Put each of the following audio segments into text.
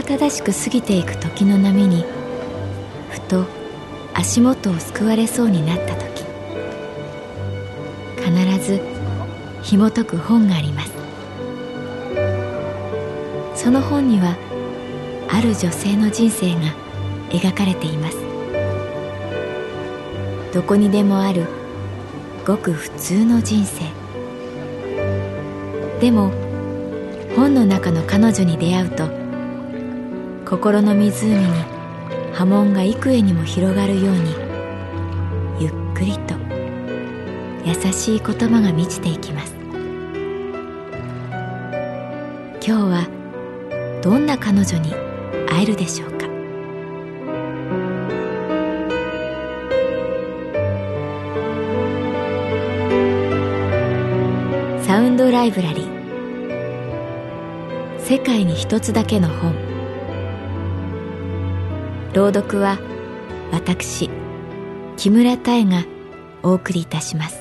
慌ただしく過ぎていく時の波にふと足元をすくわれそうになった時、必ず紐解く本があります。その本にはある女性の人生が描かれています。どこにでもあるごく普通の人生でも、本の中の彼女に出会うと心の湖に波紋が幾重にも広がるように、ゆっくりと優しい言葉が満ちていきます。今日はどんな彼女に会えるでしょうか。サウンドライブラリー、世界に一つだけの本。朗読は私木村多江がお送りいたします。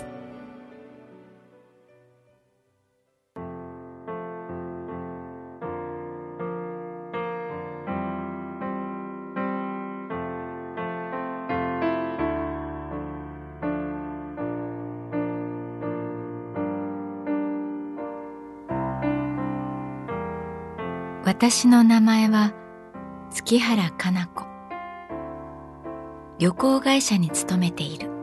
私の名前は月原かな子。旅行会社に勤めている。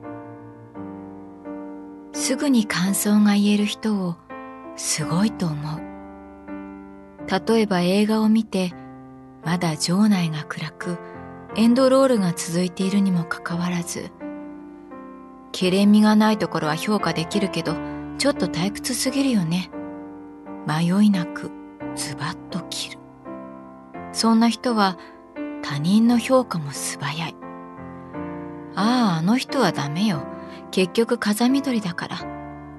すぐに感想が言える人をすごいと思う。例えば映画を見てまだ場内が暗くエンドロールが続いているにもかかわらず、けれんみがないところは評価できるけどちょっと退屈すぎるよね、迷いなくズバッと切る。そんな人は他人の評価も素早い。あの人はダメよ、結局風見鶏だから。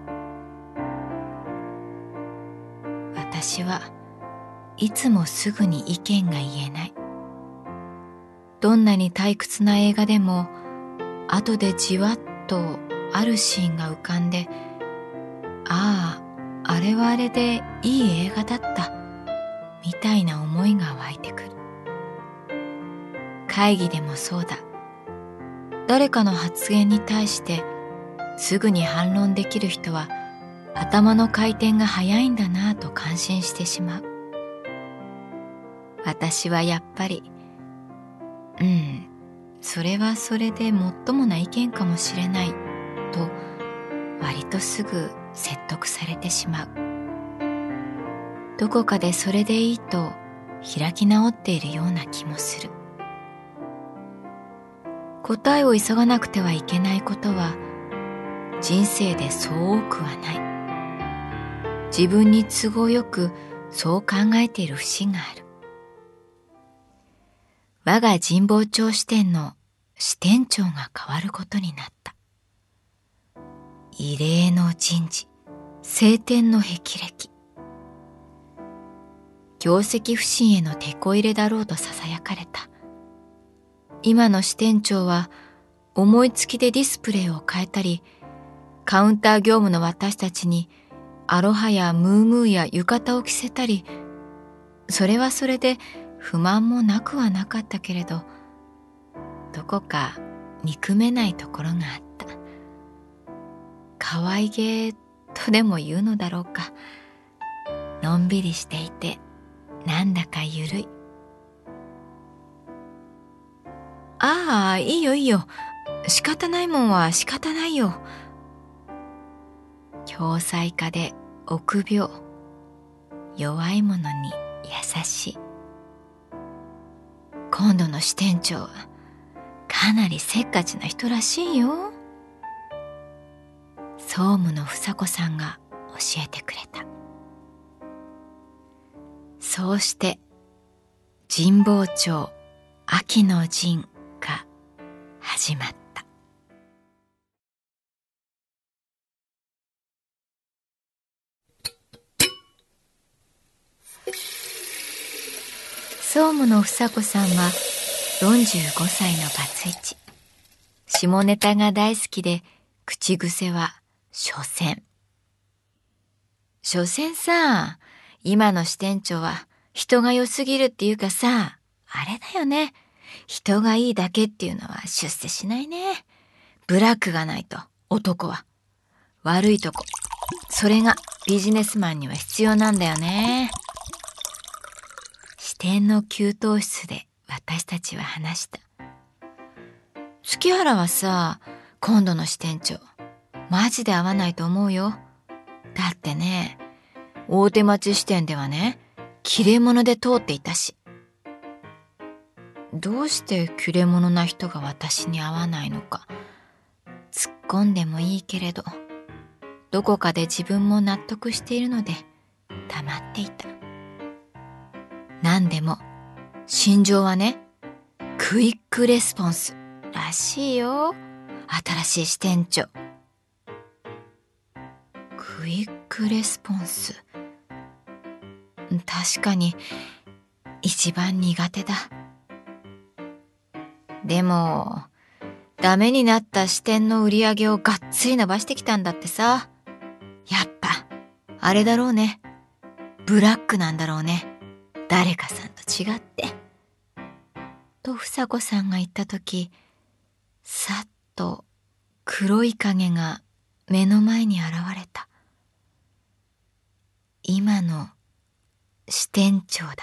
私はいつもすぐに意見が言えない。どんなに退屈な映画でも後でじわっとあるシーンが浮かんで、あれはあれでいい映画だったみたいな思いが湧いてくる。会議でもそうだ。誰かの発言に対してすぐに反論できる人は頭の回転が早いんだなぁと感心してしまう。私はやっぱり、それはそれでもっともな意見かもしれないと割とすぐ説得されてしまう。どこかでそれでいいと開き直っているような気もする。答えを急がなくてはいけないことは人生でそう多くはない。自分に都合よくそう考えている節がある。我が神保町支店の支店長が変わることになった。異例の人事、青天の霹靂。業績不振へのテこ入れだろうと囁かれた。今の支店長は思いつきでディスプレイを変えたり、カウンター業務の私たちにアロハやムームーや浴衣を着せたり、それはそれで不満もなくはなかったけれど、どこか憎めないところがあった。可愛げとでも言うのだろうか。のんびりしていてなんだかゆるい。いいよいいよ。仕方ないもんは仕方ないよ。恐妻家で臆病。弱い者に優しい。今度の支店長はかなりせっかちな人らしいよ。総務の房子さんが教えてくれた。そうして神保町秋の陣が始まった。総務の房子さんは45歳のバツイチ。下ネタが大好きで、口癖は所詮。所詮さ、今の支店長は人が良すぎるっていうかさ、あれだよね。人がいいだけっていうのは出世しないね。ブラックがないと、男は。悪いとこ。それがビジネスマンには必要なんだよね。支店の給湯室で私たちは話した。月原はさ、今度の支店長、マジで合わないと思うよ。だってね、大手町支店ではね、切れ者で通っていたし。どうして切れ者な人が私に合わないのか、突っ込んでもいいけれど、どこかで自分も納得しているので黙っていた。なんでも心情はね、クイックレスポンスらしいよ。新しい支店長。クイックレスポンス。確かに一番苦手だ。でもダメになった支店の売り上げをがっつり伸ばしてきたんだってさ。やっぱあれだろうね。ブラックなんだろうね。誰かさんと違って。と房子さんが言ったとき、さっと黒い影が目の前に現れた。今の支店長だった。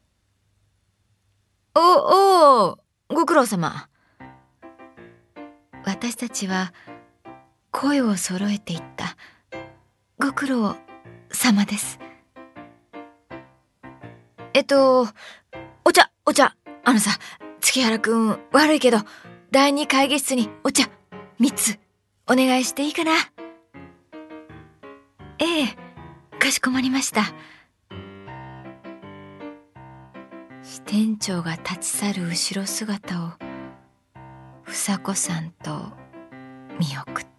おお、ご苦労様。私たちは声を揃えていった。ご苦労様です。お茶。あのさ、月原くん悪いけど、第二会議室にお茶3つお願いしていいかな。ええ、かしこまりました。支店長が立ち去る後ろ姿を房子さんと見送った。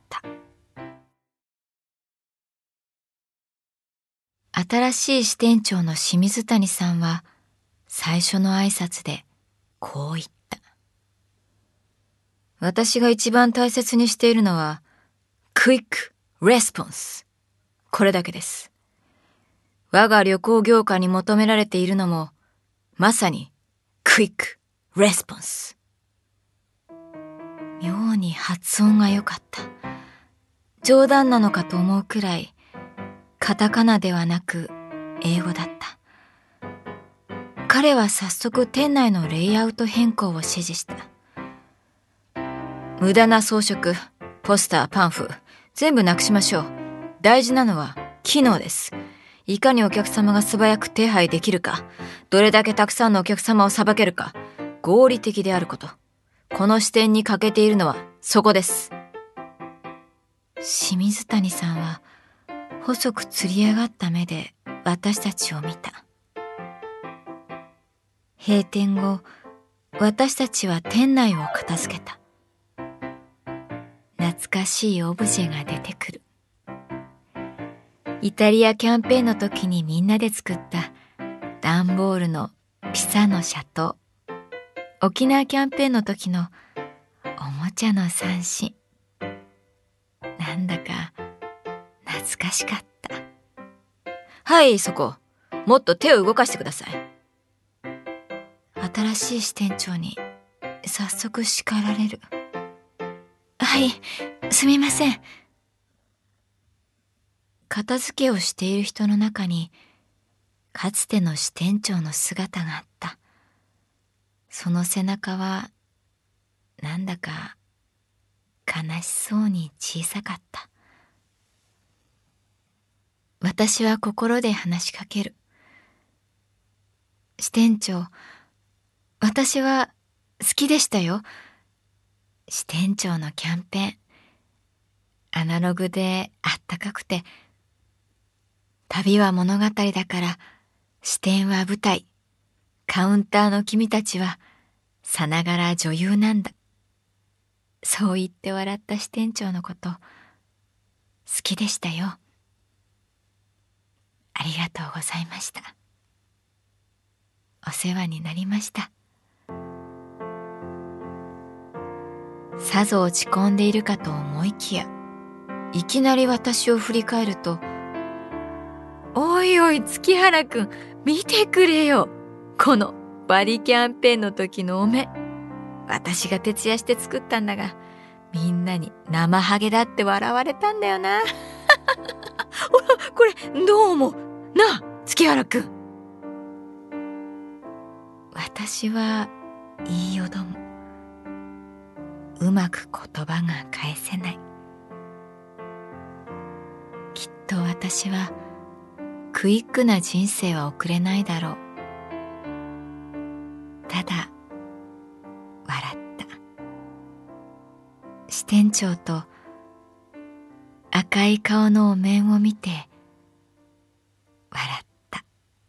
新しい支店長の清水谷さんは最初の挨拶でこう言った。私が一番大切にしているのはクイックレスポンス。これだけです。我が旅行業界に求められているのもまさにクイックレスポンス。妙に発音が良かった。冗談なのかと思うくらいカタカナではなく英語だった。彼は早速店内のレイアウト変更を指示した。無駄な装飾、ポスター、パンフ、全部なくしましょう。大事なのは機能です。いかにお客様が素早く手配できるか、どれだけたくさんのお客様をさばけるか、合理的であること。この視点に欠けているのはそこです。清水谷さんは細くつり上がった目で私たちを見た。閉店後、私たちは店内を片付けた。懐かしいオブジェが出てくる。イタリアキャンペーンの時にみんなで作った段ボールのピサの斜塔。沖縄キャンペーンの時のおもちゃの三振。なんだか懐かしかった。はい、そこ。もっと手を動かしてください。新しい支店長に早速叱られる。はい、すみません。片付けをしている人の中にかつての支店長の姿があった。その背中はなんだか悲しそうに小さかった。私は心で話しかける。支店長、私は好きでしたよ。支店長のキャンペーン。アナログであったかくて、旅は物語だから支店は舞台、カウンターの君たちはさながら女優なんだ。そう言って笑った支店長のこと好きでしたよ。ありがとうございました。お世話になりました。さぞ落ち込んでいるかと思いきや、いきなり私を振り返ると、おいおい月原くん、 見てくれよ。このバリキャンペーンの時のお面。私が徹夜して作ったんだが、みんなに生ハゲだって笑われたんだよな。ほら、これどう思う？なあ、月原くん。私は言いよどむ。うまく言葉が返せない。きっと私はクイックな人生は送れないだろう。ただ笑った。支店長と赤い顔のお面を見て笑った。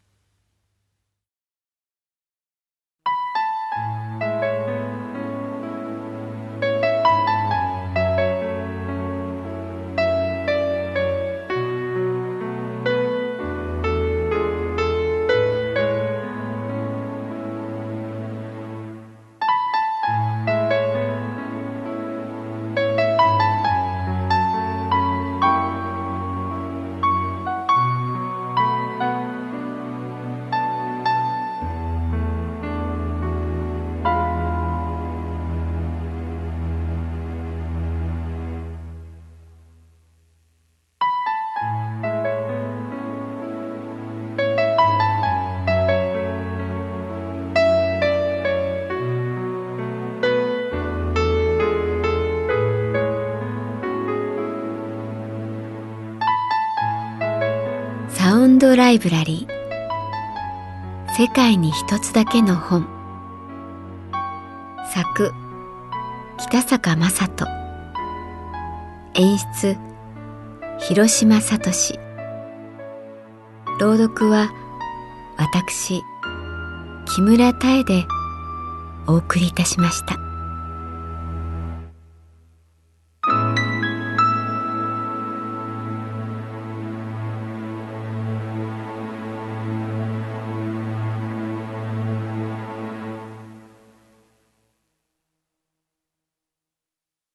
サウンドライブラリー、世界に一つだけの本。作北坂雅人、演出広島聡、朗読は私木村多江でお送りいたしました。